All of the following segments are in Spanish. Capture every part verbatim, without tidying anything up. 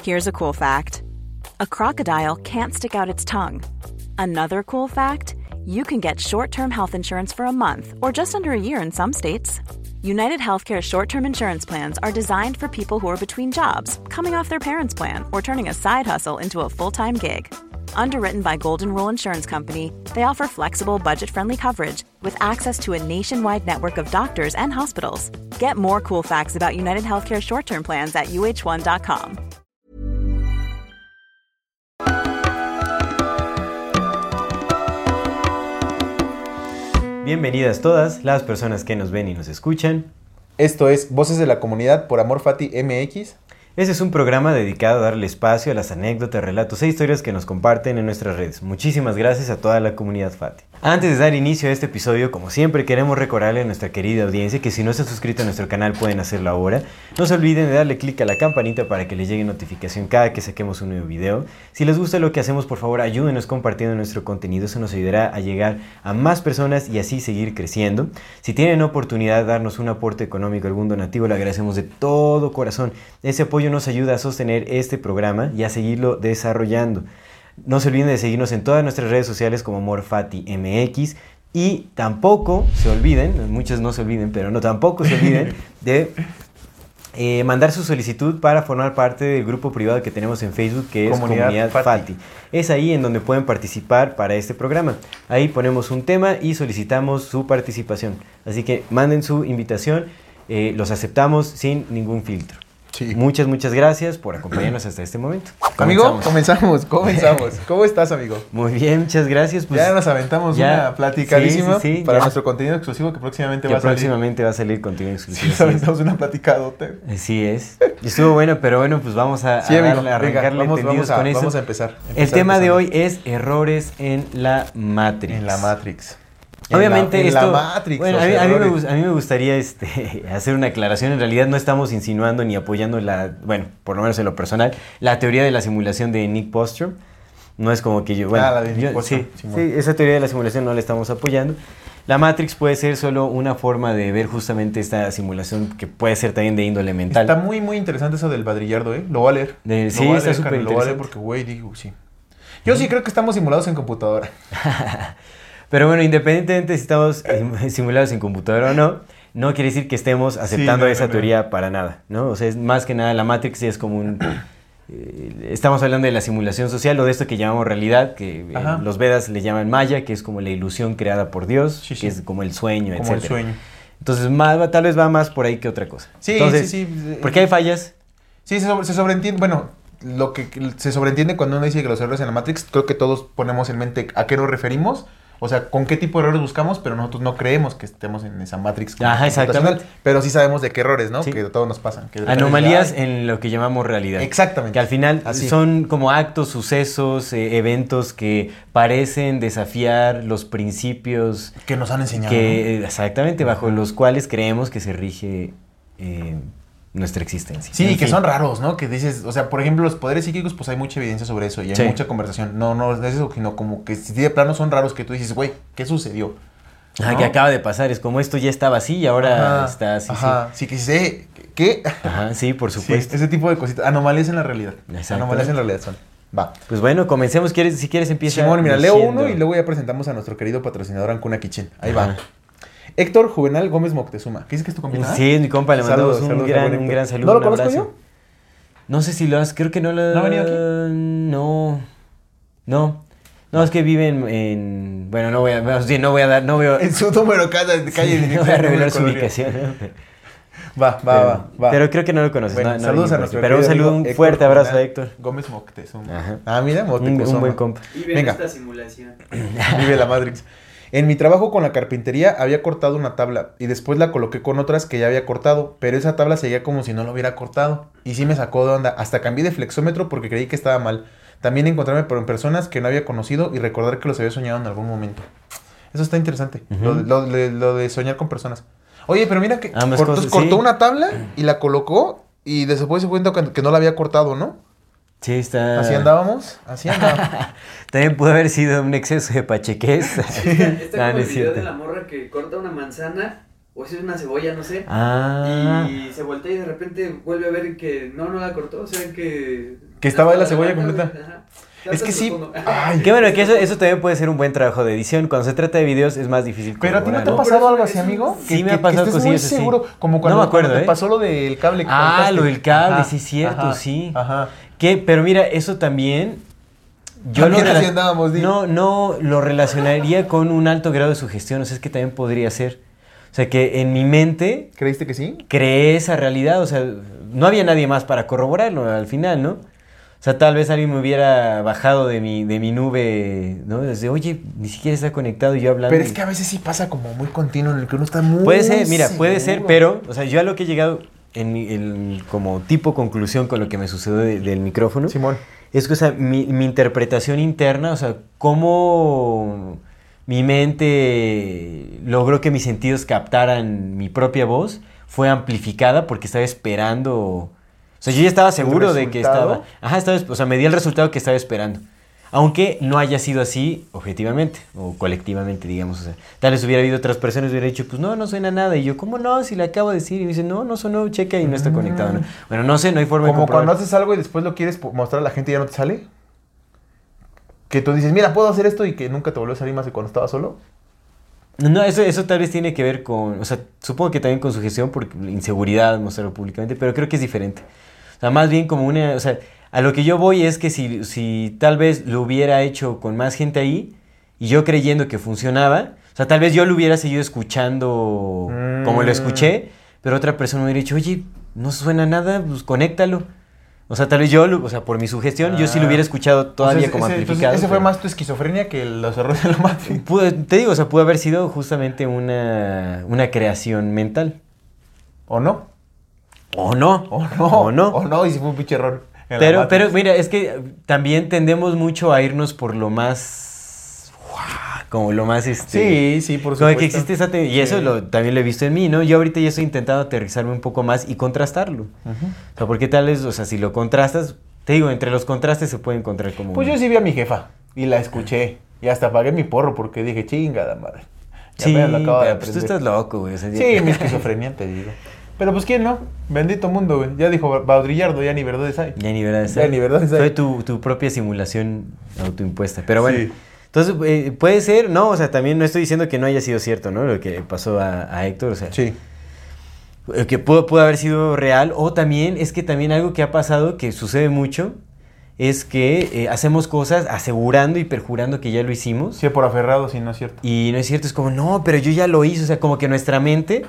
Here's a cool fact. A crocodile can't stick out its tongue. Another cool fact, you can get short-term health insurance for a month or just under a year in some states. United Healthcare short-term insurance plans are designed for people who are between jobs, coming off their parents' plan, or turning a side hustle into a full-time gig. Underwritten by Golden Rule Insurance Company, they offer flexible, budget-friendly coverage with access to a nationwide network of doctors and hospitals. Get more cool facts about United Healthcare short-term plans at U H one dot com. Bienvenidas todas las personas que nos ven y nos escuchan. Esto es Voces de la Comunidad por Amor Fati M X. Este es un programa dedicado a darle espacio a las anécdotas, relatos e historias que nos comparten en nuestras redes. Muchísimas gracias a toda la comunidad Fati. Antes de dar inicio a este episodio, como siempre, queremos recordarle a nuestra querida audiencia que si no se han suscrito a nuestro canal pueden hacerlo ahora. No se olviden de darle clic a la campanita para que les llegue notificación cada que saquemos un nuevo video. Si les gusta lo que hacemos, por favor ayúdenos compartiendo nuestro contenido. Eso nos ayudará a llegar a más personas y así seguir creciendo. Si tienen oportunidad de darnos un aporte económico, algún donativo, le agradecemos de todo corazón. Ese apoyo nos ayuda a sostener este programa y a seguirlo desarrollando. No se olviden de seguirnos en todas nuestras redes sociales como Amor Fati M X y tampoco se olviden, muchos no se olviden, pero no tampoco se olviden de eh, mandar su solicitud para formar parte del grupo privado que tenemos en Facebook, que es Comunidad, Comunidad Fati. Fati. Es ahí en donde pueden participar para este programa. Ahí ponemos un tema y solicitamos su participación. Así que manden su invitación, eh, los aceptamos sin ningún filtro. Sí. Muchas, muchas gracias por acompañarnos hasta este momento. Amigo, comenzamos, comenzamos. ¿Cómo estás, amigo? Muy bien, muchas gracias. Pues, ya nos aventamos ya, una platicadísima sí, sí, sí, para ya. nuestro contenido exclusivo que próximamente que va a salir. próximamente va a salir contenido exclusivo. Sí, nos aventamos una platicadota. Así es. Estuvo bueno, pero bueno, pues vamos a, sí, a, amigo, darle, a arrancarle venga, vamos, entendidos vamos a, con eso. Vamos a empezar. empezar El tema empezando. de hoy es errores en la Matrix. En la Matrix. Obviamente en la, esto, en la Matrix, bueno, a mí, a, mí me, a mí me gustaría este, hacer una aclaración. En realidad no estamos insinuando ni apoyando la, bueno, por lo menos en lo personal, la teoría de la simulación de Nick Bostrom. No es como que yo, bueno, ah, la de Nick yo, Bostrom, sí, sí, esa teoría de la simulación no la estamos apoyando. La Matrix puede ser solo una forma de ver justamente esta simulación que puede ser también de índole mental. Está muy, muy interesante eso del Badrillardo, ¿eh? Lo voy a leer. De, lo sí, voy a está leer, súper interesante. Lo voy a leer porque, güey, digo, sí. Yo sí creo que estamos simulados en computadora. Pero bueno, independientemente si estamos simulados en computadora o no, no quiere decir que estemos aceptando sí, no, esa no, teoría no. para nada, ¿no? O sea, es más que nada la Matrix es como un... Eh, estamos hablando de la simulación social o de esto que llamamos realidad, que eh, los Vedas le llaman Maya, que es como la ilusión creada por Dios, sí, sí. que es como el sueño, como etcétera. el sueño. Entonces, más, tal vez va más por ahí que otra cosa. Sí, Entonces, sí, sí. ¿por qué hay fallas? Sí, se, sobre, se sobreentiende, bueno, lo que se sobreentiende cuando uno dice que los errores en la Matrix, creo que todos ponemos en mente a qué nos referimos. O sea, con qué tipo de errores buscamos, pero nosotros no creemos que estemos en esa Matrix. Ajá, exactamente. Pero sí sabemos de qué errores, ¿no? Sí. Que todos nos pasan. Que Anomalías en lo que llamamos realidad. Exactamente. Que al final Así. son como actos, sucesos, eh, eventos que parecen desafiar los principios... Que nos han enseñado. Que, ¿no? Exactamente, bajo uh-huh. los cuales creemos que se rige... Eh, nuestra existencia. Sí, en que fin. son raros, ¿no? Que dices, o sea, por ejemplo, los poderes psíquicos, pues hay mucha evidencia sobre eso y hay sí. mucha conversación. No, no es eso, sino como que si de plano son raros que tú dices, güey, ¿qué sucedió? Ah, ¿no? que acaba de pasar, es como esto ya estaba así y ahora ajá, está así. Ajá, sí, sí que sé, ¿qué? Ajá, sí, por supuesto. Sí, ese tipo de cositas, anomalías en la realidad. Anomalías en la realidad son. Va. Pues bueno, comencemos, ¿quieres, si quieres empieza. Simón, mira, diciendo... leo uno y luego ya presentamos a nuestro querido patrocinador Ancuna Kitchen. Ahí ajá. va. Héctor Juvenal Gómez Moctezuma. ¿Qué dices que es tu compa? Sí, es mi compa, le mandamos saludos, un, saludos, gran, un gran saludo. ¿No lo un conozco abrazo. yo? No sé si lo has, creo que no lo... ¿No ha venido aquí? No, no. No, es que vive en, en... Bueno, no voy a... No voy a dar... No voy a, en su número calle, calle sí, no voy a revelar su ubicación. ¿no? Va, va, pero, va, va. Pero creo que no lo conoces. Bueno, no, no saludos a nuestro Pero un saludo, un fuerte Héctor abrazo a Héctor. Gómez Moctezuma. Ajá. Ah, mira, Moctezuma. Un, un buen compa. Vive en esta simulación. Vive la Matrix. En mi trabajo con la carpintería había cortado una tabla y después la coloqué con otras que ya había cortado, pero esa tabla seguía como si no lo hubiera cortado y sí me sacó de onda. Hasta cambié de flexómetro porque creí que estaba mal. También encontrarme en personas que no había conocido y recordar que los había soñado en algún momento. Eso está interesante, uh-huh. lo, lo, lo, lo de soñar con personas. Oye, pero mira que Ambas cortó, cosas, cortó sí. una tabla y la colocó y después se cuenta que, que no la había cortado, ¿no? Sí, está... Así andábamos, así andábamos. También pudo haber sido un exceso de pachequés. Sí. Está como el video de la morra que corta una manzana o si es una cebolla, no sé. Ah. Y se voltea y de repente vuelve a ver que no, no la cortó, o sea que... Que estaba ahí la hasta cebolla levanta, completa. güey, ajá. Es que sí. Profundo. Ay, Qué bueno, que eso, eso también puede ser un buen trabajo de edición. Cuando se trata de videos es más difícil. Pero a ti no te ha corroborar, pasado Pero algo eso- así, amigo. Sí Que- me ha que- pasado que estés muy cosillas así. seguro, como No cuando, me acuerdo, cuando te ¿eh? pasó lo del cable. que Ah, contaste. lo del cable, Ajá, sí es cierto, ajá, sí. Ajá. Que, pero mira, eso también... Yo lo, También así rela- andábamos, di. no, no lo relacionaría con un alto grado de sugestión. O sea, es que también podría ser. O sea, que en mi mente ¿Creíste que sí? creé esa realidad. O sea, no había nadie más para corroborarlo al final, ¿no? O sea, tal vez alguien me hubiera bajado de mi, de mi nube, ¿no? Desde, oye, ni siquiera está conectado y yo hablando. Pero es que a veces sí pasa como muy continuo en el que uno está muy Puede ser, mira, puede ser, seguro. pero, o sea, yo a lo que he llegado en, mi- en- como tipo conclusión con lo que me sucedió de- del micrófono, Simón. es que, o sea, mi, mi interpretación interna, o sea, cómo mi mente logró que mis sentidos captaran mi propia voz, fue amplificada porque estaba esperando. O sea, yo ya estaba seguro de que resultado? estaba. Ajá, estaba, o sea, me di el resultado que estaba esperando. Aunque no haya sido así objetivamente o colectivamente, digamos. O sea, tal vez hubiera habido otras personas que hubieran dicho, pues no, no suena nada. Y yo, ¿cómo no? Si le acabo de decir. Y me dicen, no, no sonó, checa y no está conectado. ¿no? Bueno, no sé, no hay forma de Como comprobar. cuando haces algo y después lo quieres po- mostrar a la gente y ya no te sale. Que tú dices, mira, puedo hacer esto y que nunca te volvió a salir más que cuando estaba solo. No, eso, eso tal vez tiene que ver con, o sea, supongo que también con sugestión, porque inseguridad, mostrarlo públicamente, pero creo que es diferente. O sea, más bien como una, o sea, a lo que yo voy es que si, si tal vez lo hubiera hecho con más gente ahí, y yo creyendo que funcionaba, o sea, tal vez yo lo hubiera seguido escuchando Mm. como lo escuché, pero otra persona me hubiera dicho, oye, no suena nada, pues conéctalo. O sea, tal vez yo, lo- o sea, por mi sugestión, yo sí lo hubiera escuchado todavía Entonces, como ese, amplificado. entonces, ese fue pero- más tu esquizofrenia que los errores de la Matrix. Pudo- te digo, o sea, pudo haber sido justamente una, una creación mental. ¿O no? O no. ¿O no? O no. O no, y si fue un pinche error. en la Pero, Matrix. pero mira, es que también tendemos mucho a irnos por lo más... ¡guau! Como lo más este... Sí, sí, por Como supuesto. que existe esa... te- Y eso Sí. lo, también lo he visto en mí, ¿no? Yo ahorita ya estoy intentando aterrizarme un poco más y contrastarlo. Ujú. O sea, porque tal vez, o sea, si lo contrastas... Te digo, entre los contrastes se puede encontrar como... Pues un- yo sí vi a mi jefa y la escuché. Y hasta pagué mi porro porque dije, chingada madre. Ya Sí, apenas lo acabo de pero pues tú aprender. estás loco, güey. O sea, Sí, mi esquizofrenia, te digo. Pero pues, ¿quién no? Bendito mundo, güey. Ya dijo Baudrillardo, ya ni verdades hay. Ya ni verdad Ya ni verdades hay. Fue tu, tu propia simulación autoimpuesta. Pero bueno, Sí. entonces eh, puede ser, ¿no? O sea, también no estoy diciendo que no haya sido cierto, ¿no? Lo que pasó a, a Héctor, o sea, Sí. eh, que pudo, pudo haber sido real. O también es que también algo que ha pasado, que sucede mucho, es que eh, hacemos cosas asegurando y perjurando que ya lo hicimos. Sí, por aferrado, sí, no es cierto. Y no es cierto, es como, no, pero yo ya lo hice. O sea, como que nuestra mente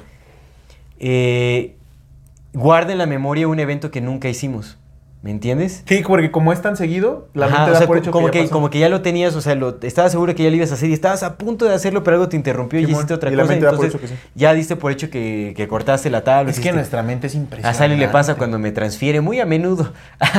eh, guarda en la memoria un evento que nunca hicimos. ¿Me entiendes? Sí, porque como es tan seguido, la Ajá, mente o da sea, por co- hecho como que, que, ya pasó. como que ya lo tenías, o sea, lo, estabas seguro que ya lo ibas a hacer y estabas a punto de hacerlo, pero algo te interrumpió y Simón, hiciste otra y la cosa. mente da por Entonces, hecho que sí. ya diste por hecho que, que cortaste la tabla. Es que hiciste- nuestra mente es A impresionante. Sally le pasa cuando me transfiere muy a menudo.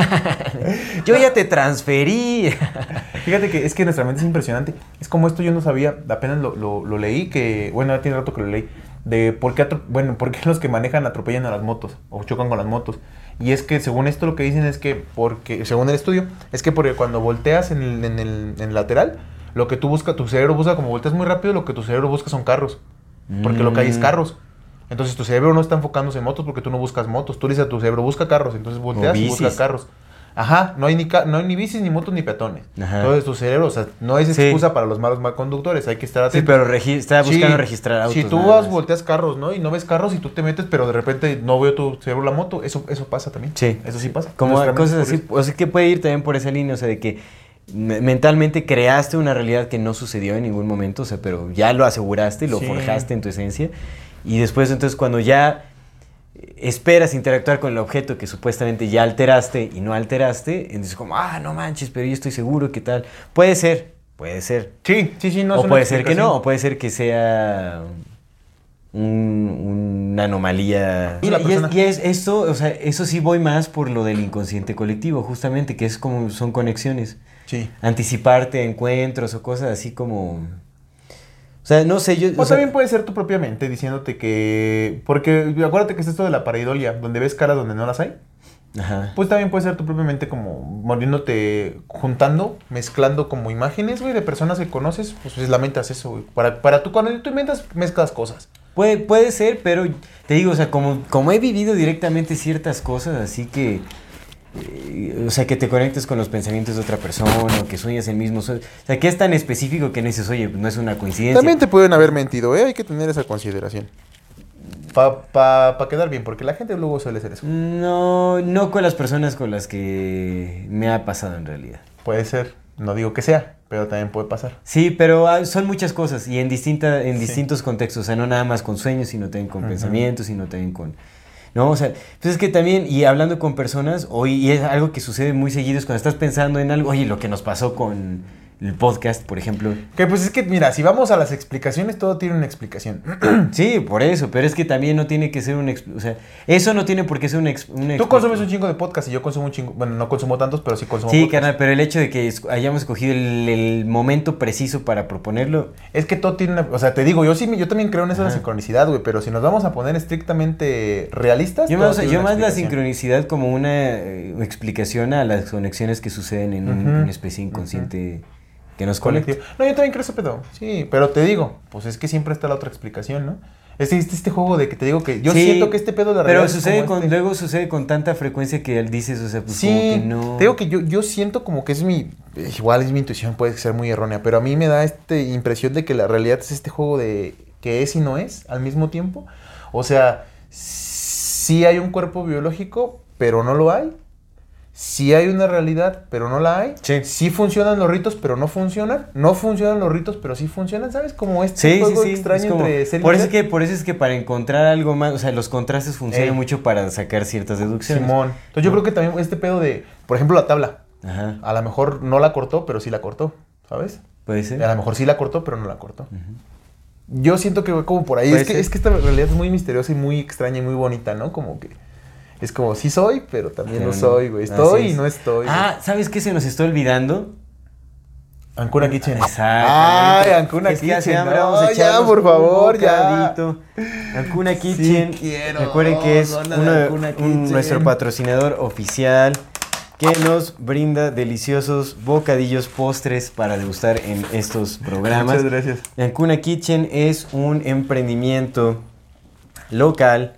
Yo ya te transferí. Fíjate que es que nuestra mente es impresionante. Es como esto yo no sabía, apenas lo, lo, lo leí, que, bueno, ya tiene rato que lo leí, de por qué, atro- bueno, por qué los que manejan atropellan a las motos o chocan con las motos. Y es que según esto lo que dicen es que, porque según el estudio, es que porque cuando volteas en el, en el, en el lateral, lo que tú buscas, tu cerebro busca, como volteas muy rápido, lo que tu cerebro busca son carros. Porque lo que hay es Mm. carros. Entonces tu cerebro no está enfocándose en motos porque tú no buscas motos. Tú le dices a tu cerebro, busca carros. Entonces volteas y buscas bicis. carros. Ajá, no hay ni, ca- no hay ni bicis, ni motos, ni peatones. Ajá. Entonces tu cerebro, o sea, no es Sí. excusa para los malos mal conductores. Hay que estar Sí, atento. pero regi- estaba buscando Sí, registrar autos. Si tú nada vas, más. volteas carros, ¿no? Y no ves carros y tú te metes, pero de repente no veo tu cerebro la moto. Eso, eso pasa también. Sí. Eso sí pasa. Como Nuestra mente cosas es así, curiosa. o sea, que puede ir también por esa línea, o sea, de que me- mentalmente creaste una realidad que no sucedió en ningún momento, o sea, pero ya lo aseguraste, lo Sí. forjaste en tu esencia, y después entonces cuando ya esperas interactuar con el objeto que supuestamente ya alteraste y no alteraste, entonces como, ah, no manches, pero yo estoy seguro que tal. Puede ser, puede ser. Sí, sí, sí. No es o una puede ser que explicación. no, o puede ser que sea un- una anomalía. Sí, la y es, persona- y es esto, o sea, eso sí voy más por lo del inconsciente colectivo, justamente, que es como son conexiones. Sí. Anticiparte a encuentros o cosas así como. O sea, no sé, yo. O o sea, también puede ser tu propia mente diciéndote que... Porque acuérdate que es esto de la pareidolia, donde ves caras donde no las hay. Ajá. Pues también puede ser tu propia mente como muriéndote, juntando, mezclando como imágenes, güey, de personas que conoces. Pues, pues la mente hace eso, güey. Para, para tú, cuando tú inventas, mezclas cosas. Puede, puede ser, pero te digo, o sea, como, como he vivido directamente ciertas cosas, así que, eh, o sea, que te conectes con los pensamientos de otra persona, o que sueñas el mismo sueño, o sea, que es tan específico que no dices, oye, no es una coincidencia. También te pueden haber mentido, ¿eh? Hay que tener esa consideración. Para pa, pa quedar bien, porque la gente luego suele hacer eso. No, no con las personas con las que me ha pasado en realidad. Puede ser, no digo que sea, pero también puede pasar. Sí, pero ah, son muchas cosas y en, distinta, en Sí. distintos contextos, o sea, no nada más con sueños, sino también con Ujú. pensamientos, sino también con... No, o sea, pues es que también, y hablando con personas, hoy, y es algo que sucede muy seguido, es cuando estás pensando en algo, oye, lo que nos pasó con el podcast, por ejemplo. Que pues es que, mira, si vamos a las explicaciones, todo tiene una explicación. Sí, por eso, pero es que también no tiene que ser un... ex- O sea, eso no tiene por qué ser un... ex- una Tú expli- consumes un chingo de podcast y yo consumo un chingo, bueno, no consumo tantos, pero sí consumo Sí, podcast. carnal, pero el hecho de que es- hayamos escogido el, el momento preciso para proponerlo... Es que todo tiene una, o sea, te digo, yo sí, yo también creo en eso de la Ajá. sincronicidad, güey, pero si nos vamos a poner estrictamente realistas, Yo todo más, tiene yo una más la explicación. sincronicidad como una eh, explicación a las conexiones que suceden en un- Ujú, una especie inconsciente que nos conecta. Colectivo. No, yo también creo ese pedo. Sí, pero te digo, pues es que siempre está la otra explicación, ¿no? Este, este, este juego de que te digo que yo Sí, siento que este pedo de la pero realidad es sucede como con, este. luego sucede con tanta frecuencia que dices, o sea, pues Sí, como que no... te digo que yo, yo siento como que es mi, igual es mi intuición, puede ser muy errónea, pero a mí me da esta impresión de que la realidad es este juego de que es y no es al mismo tiempo. O sea, sí hay un cuerpo biológico, pero no lo hay. Sí hay una realidad, pero no la hay. Sí. Sí funcionan los ritos, pero no funcionan. No funcionan los ritos, pero sí funcionan. ¿Sabes? Como este Sí, sí, juego sí. extraño es como- entre ser y por, eso ser. es que, por eso es que para encontrar algo más, o sea, los contrastes funcionan Ey. mucho para sacar ciertas deducciones. Simón. Entonces yo creo que también este pedo de, por ejemplo, la tabla. Ajá, A lo mejor no la cortó, pero sí la cortó. ¿Sabes? puede A ser. lo mejor sí la cortó, pero no la cortó. Yo siento que va como por ahí. Puede Es que, ser. es que esta realidad es muy misteriosa y muy extraña y muy bonita, ¿no? Como que es como sí soy, pero también Pero no no. soy, güey. Así Estoy y es. no estoy. Ah, ¿sabes qué se nos está olvidando? Ancuna Kitchen. Exacto. Ay, Ancuna Es que hace Kitchen. hambre, No, vamos a ya, echarnos por un favor, ya. bocadito. Ancuna Kitchen. quiero. Recuerden que es Zona de uno de- Ancuna un- Kitchen. nuestro patrocinador oficial que nos brinda deliciosos bocadillos postres para degustar en estos programas. Muchas gracias. Ancuna Kitchen es un emprendimiento local.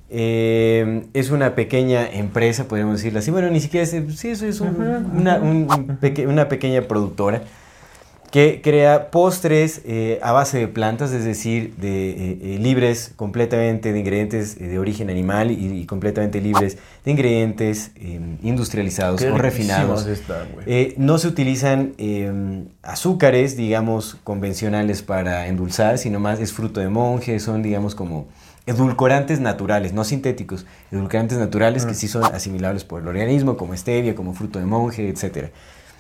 Eh, es una pequeña empresa, podríamos decirlo así. Bueno, ni siquiera es, sí, eso es un- una, un- un peque- una pequeña productora que crea postres eh, a base de plantas, es decir, de, eh, eh, libres completamente de ingredientes eh, de origen animal y, y completamente libres de ingredientes eh, industrializados Qué o refinados. riquísimos están, güey. Eh, no se utilizan eh, azúcares, digamos, convencionales para endulzar, sino más es fruto de monje, son, digamos, como edulcorantes naturales, no sintéticos, edulcorantes naturales que sí son asimilables por el organismo, como stevia, como fruto de monje, etcétera.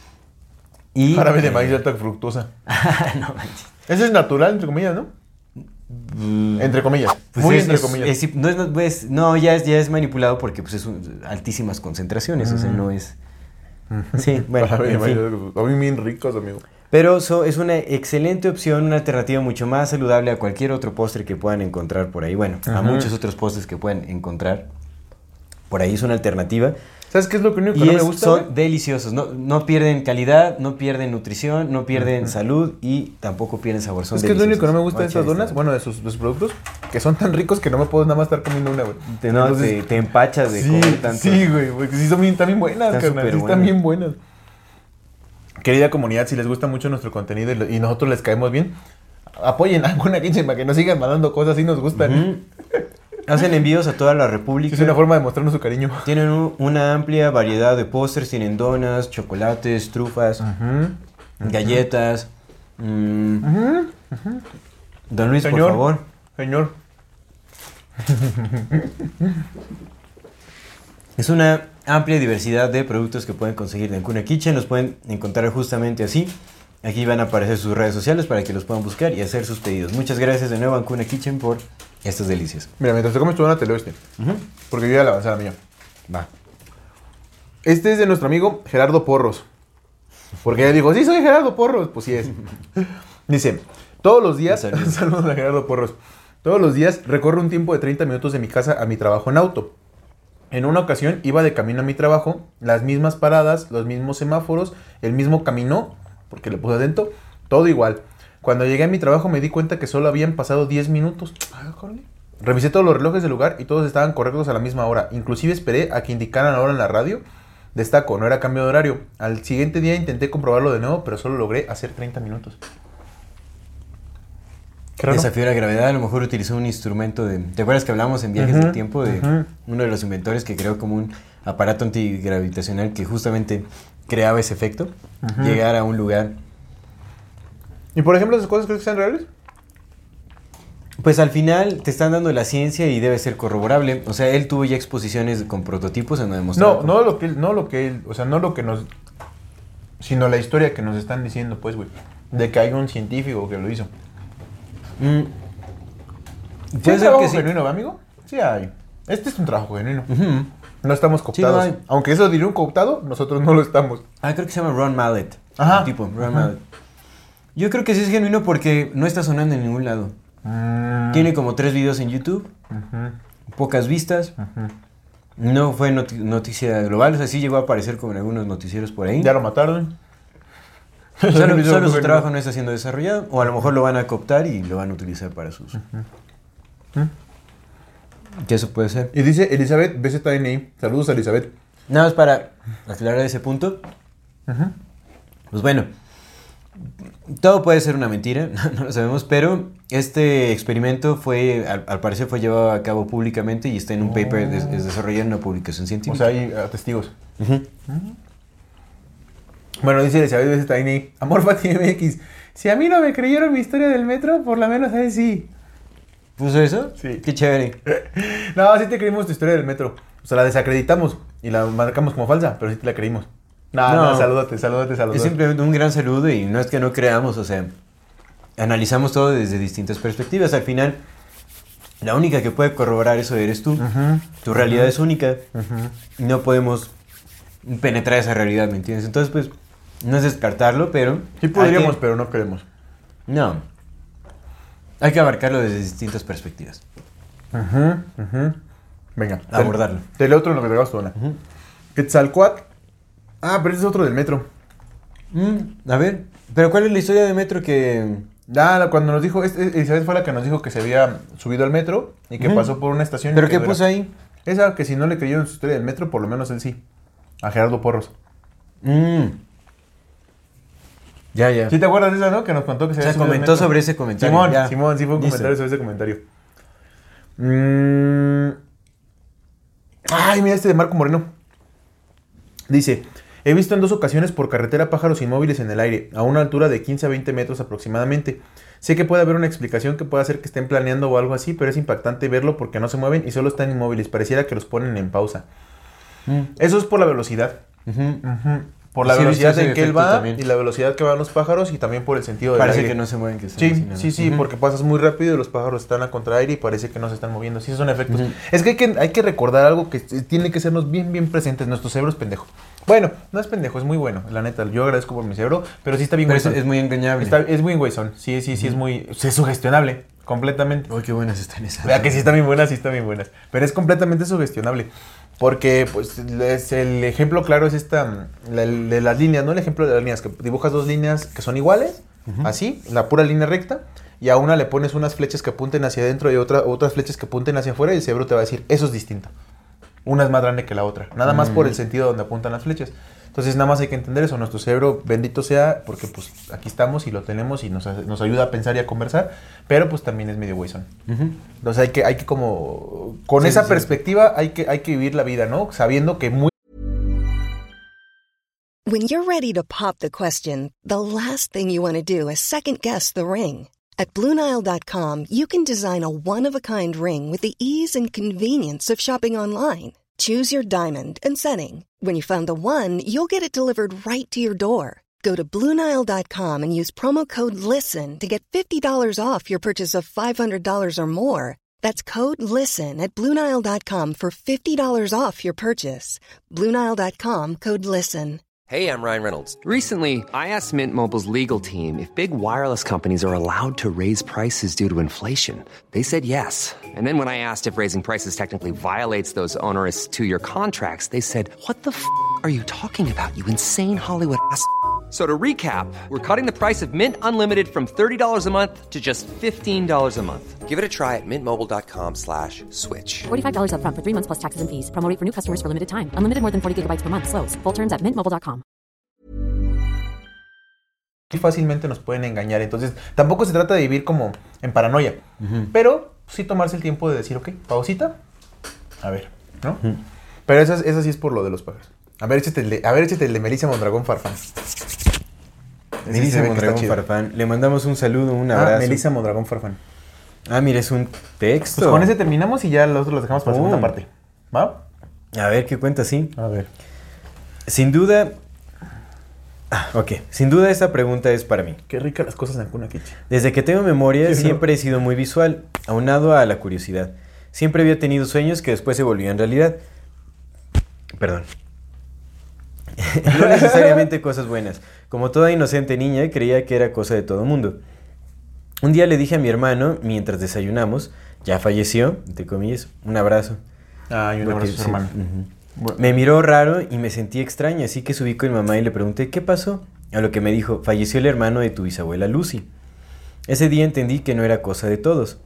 Y Jarabe de eh, maíz de alta fructosa. no manches. Eso es natural, entre comillas, ¿no? Entre comillas. Pues Muy es- entre es- comillas. es- no, es, no, es- no, ya es, ya es manipulado porque pues, es un- altísimas concentraciones, o sea, no es... Sí, bueno, Jarabe de en maíz fin. de alta fructosa. A mí bien ricos, amigo. Pero so- es una excelente opción, una alternativa mucho más saludable a cualquier otro postre que puedan encontrar por ahí. Bueno, a Ajá. muchos otros postres que puedan encontrar. Por ahí es una alternativa. ¿Sabes qué es lo que único que Y no me es- gusta? son güey? deliciosos. No, no pierden calidad, no pierden nutrición, no pierden salud y tampoco pierden sabor. Son Es que es lo único que no me deliciosos. gusta de Voy a estas echar donas, esta. bueno, de sus, de sus productos, que son tan ricos que no me puedo nada más estar comiendo una, güey. Te, no, Entonces, te, te empachas de sí, comer tanto. sí, güey, porque sí son bien, están bien buenas, Están carnal, sí súper están buenas. bien buenas. Querida comunidad, si les gusta mucho nuestro contenido y, lo- y nosotros les caemos bien, apoyen a Ancuna Kitchen para que nos sigan mandando cosas así nos gustan. Ujú. Hacen envíos a toda la República. Es una forma de mostrarnos su cariño. Tienen un- una amplia variedad de postres, tienen donas, chocolates, trufas, galletas. mm. Don Luis, Señor. por favor. Señor. Es una amplia diversidad de productos que pueden conseguir de Ancuna Kitchen. Los pueden encontrar justamente así. Aquí van a aparecer sus redes sociales para que los puedan buscar y hacer sus pedidos. Muchas gracias de nuevo a Ancuna Kitchen por estas delicias. Mira, mientras te comes tu dona te leo este, porque yo ya la avancé la mía. Va. Este es de nuestro amigo Gerardo Porros. Porque ella dijo, sí, soy Gerardo Porros. Pues sí es. Dice, todos los días... Un saludo. Saludos a Gerardo Porros. Todos los días recorro un tiempo de treinta minutos de mi casa a mi trabajo en auto. En una ocasión iba de camino a mi trabajo, las mismas paradas, los mismos semáforos, el mismo camino, porque le puse adentro, todo igual. Cuando llegué a mi trabajo me di cuenta que solo habían pasado diez minutos. Ay, jole. Revisé todos los relojes del lugar y todos estaban correctos a la misma hora. Inclusive esperé a que indicaran la hora en la radio. Destaco, no era cambio de horario. Al siguiente día intenté comprobarlo de nuevo, pero solo logré hacer treinta minutos. Qué raro. Desafió la gravedad, a lo mejor utilizó un instrumento de... ¿Te acuerdas que hablamos en Viajes uh-huh, del Tiempo de uh-huh. uno de los inventores que creó como un aparato antigravitacional que justamente creaba ese efecto? Uh-huh. Llegar a un lugar... ¿Y por ejemplo esas cosas crees que sean reales? Pues al final te están dando la ciencia y debe ser corroborable. O sea, él tuvo ya exposiciones con prototipos en donde demostraba... No, no lo que él, no lo que él, o sea, no lo que nos... Sino la historia que nos están diciendo, pues, güey. De que hay un científico que lo hizo. Mm. ¿Sí hay trabajo genuino, sí, amigo? Sí hay. Este es un trabajo genuino. Uh-huh. No estamos cooptados. Sí, no aunque eso diría un cooptado, nosotros no lo estamos. Ah, creo que se llama Ron Mallet. Ajá. El tipo, Ron uh-huh. Mallet. Yo creo que sí es genuino porque no está sonando en ningún lado. Mm. Tiene como tres videos en YouTube. Uh-huh. Pocas vistas. Uh-huh. No fue noti- noticia global. O sea, sí llegó a aparecer como en algunos noticieros por ahí. Ya lo mataron. Solo, solo su trabajo no está siendo desarrollado. O a lo mejor lo van a cooptar y lo van a utilizar para sus... Uh-huh. ¿Mm? Que eso puede ser. Y dice Elizabeth B Z N I. Saludos a Elizabeth. Nada más para aclarar ese punto. Uh-huh. Pues bueno, todo puede ser una mentira, no lo sabemos, pero este experimento fue, al, al parecer fue llevado a cabo públicamente y está en un oh. paper des, des desarrollado en una publicación científica. O sea, hay uh, testigos. Uh-huh. Uh-huh. Bueno, dice Elizabeth B Z N I. Amor Fati M X. Si a mí no me creyeron mi historia del metro, por lo menos a él sí. ¿Puso eso? Sí. Qué chévere. No, sí te creímos tu historia del metro. O sea, la desacreditamos y la marcamos como falsa, pero sí te la creímos. No, no, no salúdate, salúdate, salúdate. Es simplemente un gran saludo y no es que no creamos, o sea, analizamos todo desde distintas perspectivas. Al final, la única que puede corroborar eso eres tú. Uh-huh. Tu realidad uh-huh. es única. Uh-huh. No podemos penetrar esa realidad, ¿me entiendes? Entonces, pues, no es descartarlo, pero... Sí podríamos, que... pero no queremos. No. Hay que abarcarlo desde distintas perspectivas. Uh-huh, uh-huh. Venga. Abordarlo. Te, te leo otro en lo que te hagas tú, Ana. Uh-huh. Quetzalcóatl. Ah, pero ese es otro del metro. Mm, a ver, pero ¿cuál es la historia del metro que...? Ah, cuando nos dijo... Elizabeth fue la que nos dijo que se había subido al metro y que uh-huh. pasó por una estación... ¿Pero qué puso ahí? Esa, que si no le creyeron su historia del metro, por lo menos él sí. A Gerardo Porros. Mm. Ya, ya. ¿Sí te acuerdas de esa, no? Que nos contó que se había subido. O sea, comentó sobre ese comentario. Simón, ya. Simón, sí fue un Listo. comentario sobre ese comentario. Mm. Ay, mira este de Marco Moreno. Dice, he visto en dos ocasiones por carretera pájaros inmóviles en el aire, a una altura de quince a veinte metros aproximadamente. Sé que puede haber una explicación que pueda hacer que estén planeando o algo así, pero es impactante verlo porque no se mueven y solo están inmóviles. Pareciera que los ponen en pausa. Mm. Eso es por la velocidad. Uh-huh. Uh-huh. Por la sí, velocidad en que él va también. Y la velocidad que van los pájaros y también por el sentido del parece aire. Parece que no se mueven. Que sí, sí, sí, sí, uh-huh. porque pasas muy rápido y los pájaros están a contraaire y parece que no se están moviendo. Sí, son efectos. Uh-huh. Es que hay, que hay que recordar algo que tiene que sernos bien, bien presentes. Nuestro cerebro es pendejo. Bueno, no es pendejo, es muy bueno, la neta. Yo agradezco por mi cerebro, pero sí está bien güeyzón. Es, es muy engañable. Está, es muy güeyzón. Sí, sí, sí, uh-huh. es muy... Es sugestionable, completamente. Uy, qué buenas están esas. Vea que sí están bien buenas, sí están bien buenas. Pero es completamente sugestionable. Porque, pues, es el ejemplo claro es esta, la, de las líneas, ¿no? El ejemplo de las líneas, que dibujas dos líneas que son iguales, uh-huh. así, la pura línea recta, y a una le pones unas flechas que apunten hacia adentro y otra, otras flechas que apunten hacia afuera, y el cerebro te va a decir, eso es distinto. Una es más grande que la otra, nada más uh-huh. por el sentido donde apuntan las flechas. Entonces, nada más hay que entender eso. Nuestro cerebro, bendito sea, porque pues aquí estamos y lo tenemos y nos, nos ayuda a pensar y a conversar, pero pues también es medio güeyzón. Uh-huh. Entonces, hay que, hay que como... Con sí, esa sí, perspectiva sí. Hay, que, hay que vivir la vida, ¿no? Sabiendo que muy... When you're ready to pop the question, the last thing you want to do is second-guess the ring. At Blue Nile dot com, you can design a one-of-a-kind ring with the ease and convenience of shopping online. Choose your diamond and setting. When you find the one, you'll get it delivered right to your door. Go to Blue Nile dot com and use promo code LISTEN to get fifty dollars off your purchase of five hundred dollars or more. That's code LISTEN at Blue Nile dot com for fifty dollars off your purchase. Blue Nile dot com, code LISTEN. Hey, I'm Ryan Reynolds. Recently, I asked Mint Mobile's legal team if big wireless companies are allowed to raise prices due to inflation. They said yes. And then when I asked if raising prices technically violates those onerous two-year contracts, they said, what the f*** are you talking about, you insane Hollywood ass f- So to recap, we're cutting the price of Mint Unlimited from thirty dollars a month to just fifteen dollars a month. Give it a try at mintmobile.com slash switch. forty-five dollars up front for three months plus taxes and fees. Promo rate for new customers for limited time. Unlimited more than forty gigabytes per month. Slows full terms at mint mobile dot com. Y fácilmente nos pueden engañar. Entonces, tampoco se trata de vivir como en paranoia. Uh-huh. Pero sí tomarse el tiempo de decir, ok, pausita. A ver, ¿no? Uh-huh. Pero eso, eso sí es por lo de los pájaros. A ver, échate el de, a ver, échate el de Melissa Mondragón Farfán. Melissa Mondragón Farfán. Le mandamos un saludo, un abrazo. Ah, Melissa Mondragón Farfán. Ah, mira, es un texto. Pues con ese terminamos y ya los otros los dejamos para la oh. segunda parte. ¿Va? A ver, ¿qué cuenta así? A ver. Sin duda... Ah, ok. Sin duda esta pregunta es para mí. Qué ricas las cosas en Cuna Kichi. Desde que tengo memoria, sí, siempre no. he sido muy visual, aunado a la curiosidad. Siempre había tenido sueños que después se volvían realidad. Perdón. No necesariamente cosas buenas. Como toda inocente niña, creía que era cosa de todo mundo. Un día le dije a mi hermano, mientras desayunamos, ya falleció, entre comillas, un abrazo. Ay, un abrazo a su hermano. Uh-huh. Bueno. Me miró raro y me sentí extraña, así que subí con mi mamá y le pregunté, ¿qué pasó? A lo que me dijo, falleció el hermano de tu bisabuela Lucy. Ese día entendí que no era cosa de todos.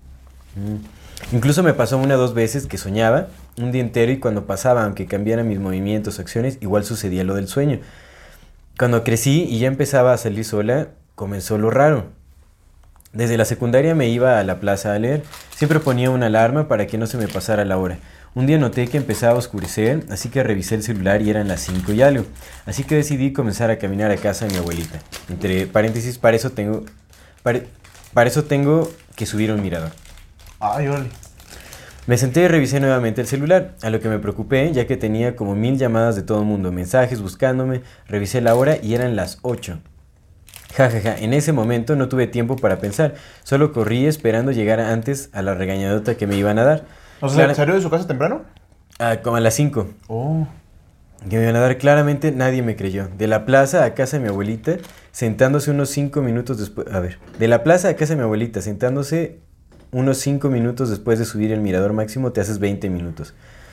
Mm. Incluso me pasó una o dos veces que soñaba un día entero y cuando pasaba, aunque cambiaran mis movimientos o acciones, igual sucedía lo del sueño. Cuando crecí y ya empezaba a salir sola, comenzó lo raro. Desde la secundaria me iba a la plaza a leer. Siempre ponía una alarma para que no se me pasara la hora. Un día noté que empezaba a oscurecer, así que revisé el celular y eran las cinco y algo. Así que decidí comenzar a caminar a casa de mi abuelita. Entre paréntesis, para eso tengo, para, para eso tengo que subir un mirador. Ay, órale. Me senté y revisé nuevamente el celular, a lo que me preocupé, ya que tenía como mil llamadas de todo el mundo, mensajes buscándome. Revisé la hora y eran las ocho. Ja, ja, ja. En ese momento no tuve tiempo para pensar, solo corrí esperando llegar antes a la regañadota que me iban a dar. O sea, Clara... ¿salió de su casa temprano? Ah, como a las cinco. Oh. Que me iban a dar, claramente nadie me creyó. De la plaza a casa de mi abuelita, sentándose unos cinco minutos después... A ver, de la plaza a casa de mi abuelita, sentándose unos cinco minutos después de subir el mirador máximo, te haces veinte minutos.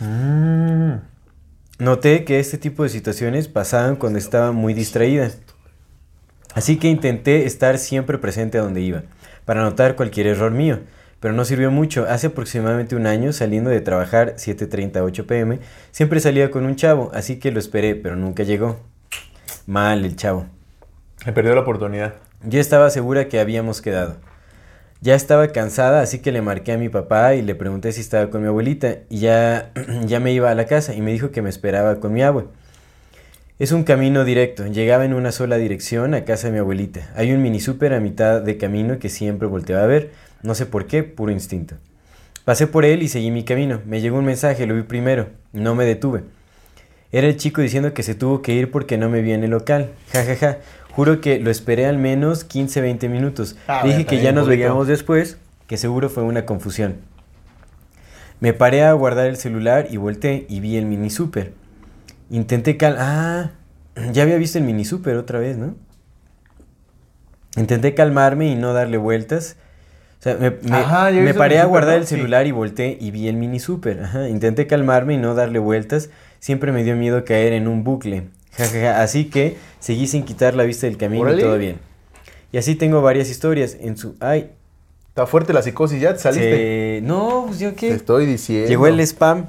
Mm. Noté que este tipo de situaciones pasaban cuando estaba muy distraída. Así que intenté estar siempre presente a donde iba, para notar cualquier error mío. Pero no sirvió mucho. Hace aproximadamente un año, saliendo de trabajar, siete treinta, ocho pm, siempre salía con un chavo, así que lo esperé, pero nunca llegó. Mal el chavo. Me perdió la oportunidad. Yo estaba segura que habíamos quedado. Ya estaba cansada, así que le marqué a mi papá y le pregunté si estaba con mi abuelita. Y ya, ya me iba a la casa y me dijo que me esperaba con mi abue. Es un camino directo, llegaba en una sola dirección a casa de mi abuelita. Hay un mini súper a mitad de camino que siempre volteaba a ver, no sé por qué, puro instinto. Pasé por él y seguí mi camino. Me llegó un mensaje, lo vi primero, no me detuve. Era el chico diciendo que se tuvo que ir porque no me vi en el local. Ja, ja, ja. Juro que lo esperé al menos quince, veinte minutos. Ah, Dije bueno, que ya nos bonito. veíamos después, que seguro fue una confusión. Me paré a guardar el celular y volteé y vi el mini súper. Intenté cal... Ah, ya había visto el mini súper otra vez, ¿no? Intenté calmarme y no darle vueltas. O sea, me, me, Ajá, me paré a guardar ¿no? el celular sí. Y volteé y vi el mini súper. Ajá, intenté calmarme y no darle vueltas. Siempre me dio miedo caer en un bucle. Ja, ja, ja. Así que seguí sin quitar la vista del camino ¡Órale! Y todo bien. Y así tengo varias historias. En su... Ay. Está fuerte la psicosis, ¿ya te saliste? Se... No, pues yo qué. Te estoy diciendo. Llegó el spam.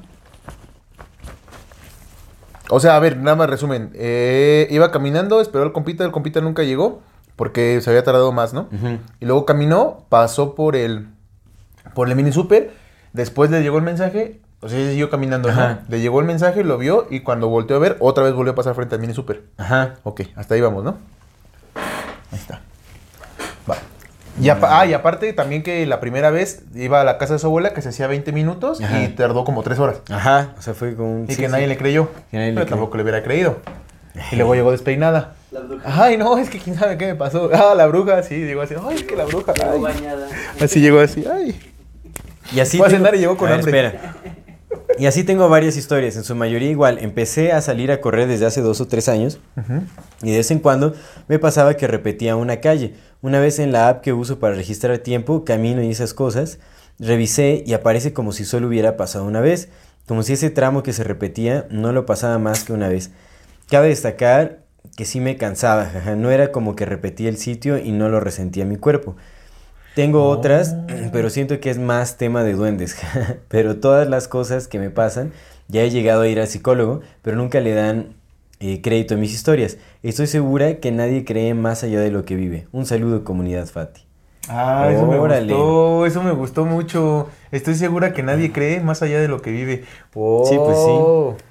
O sea, a ver, nada más resumen. Eh, iba caminando, esperó al compita, el compita nunca llegó porque se había tardado más, ¿no? Uh-huh. Y luego caminó, pasó por el por el mini super, después le llegó el mensaje, o sea, siguió caminando, Ajá. ¿no? Le llegó el mensaje, lo vio y cuando volteó a ver, otra vez volvió a pasar frente al mini super. Ajá. Ok, hasta ahí vamos, ¿no? Ahí está. Va. Y, apa- ah, y aparte también que la primera vez iba a la casa de su abuela que se hacía veinte minutos Ajá. y tardó como tres horas. Ajá. O sea, fue como un... Y sí, que sí. nadie le creyó. Que nadie le Pero creyó. tampoco le hubiera creído. Y luego llegó despeinada. La bruja. Ay, no, es que quién sabe qué me pasó. Ah, la bruja, sí, llegó así. Ay, es que la bruja. Llegó Ay. bañada. Así llegó así, ay. Y así Fue a tengo- cenar y llegó con a ver, hambre. Espera. Y así tengo varias historias, en su mayoría igual. Empecé a salir a correr desde hace dos o tres años Uh-huh. y de vez en cuando me pasaba que repetía una calle. Una vez en la app que uso para registrar tiempo, camino y esas cosas, revisé y aparece como si solo hubiera pasado una vez, como si ese tramo que se repetía no lo pasaba más que una vez. Cabe destacar que sí me cansaba, jaja. No era como que repetía el sitio y no lo resentía mi cuerpo. Tengo Oh. otras, pero siento que es más tema de duendes. Pero todas las cosas que me pasan, ya he llegado a ir al psicólogo, pero nunca le dan eh, crédito a mis historias. Estoy segura que nadie cree más allá de lo que vive. Un saludo, comunidad Fati. Ah, eso Órale. me gustó, eso me gustó mucho. Estoy segura que nadie cree más allá de lo que vive. Oh. Sí, pues sí.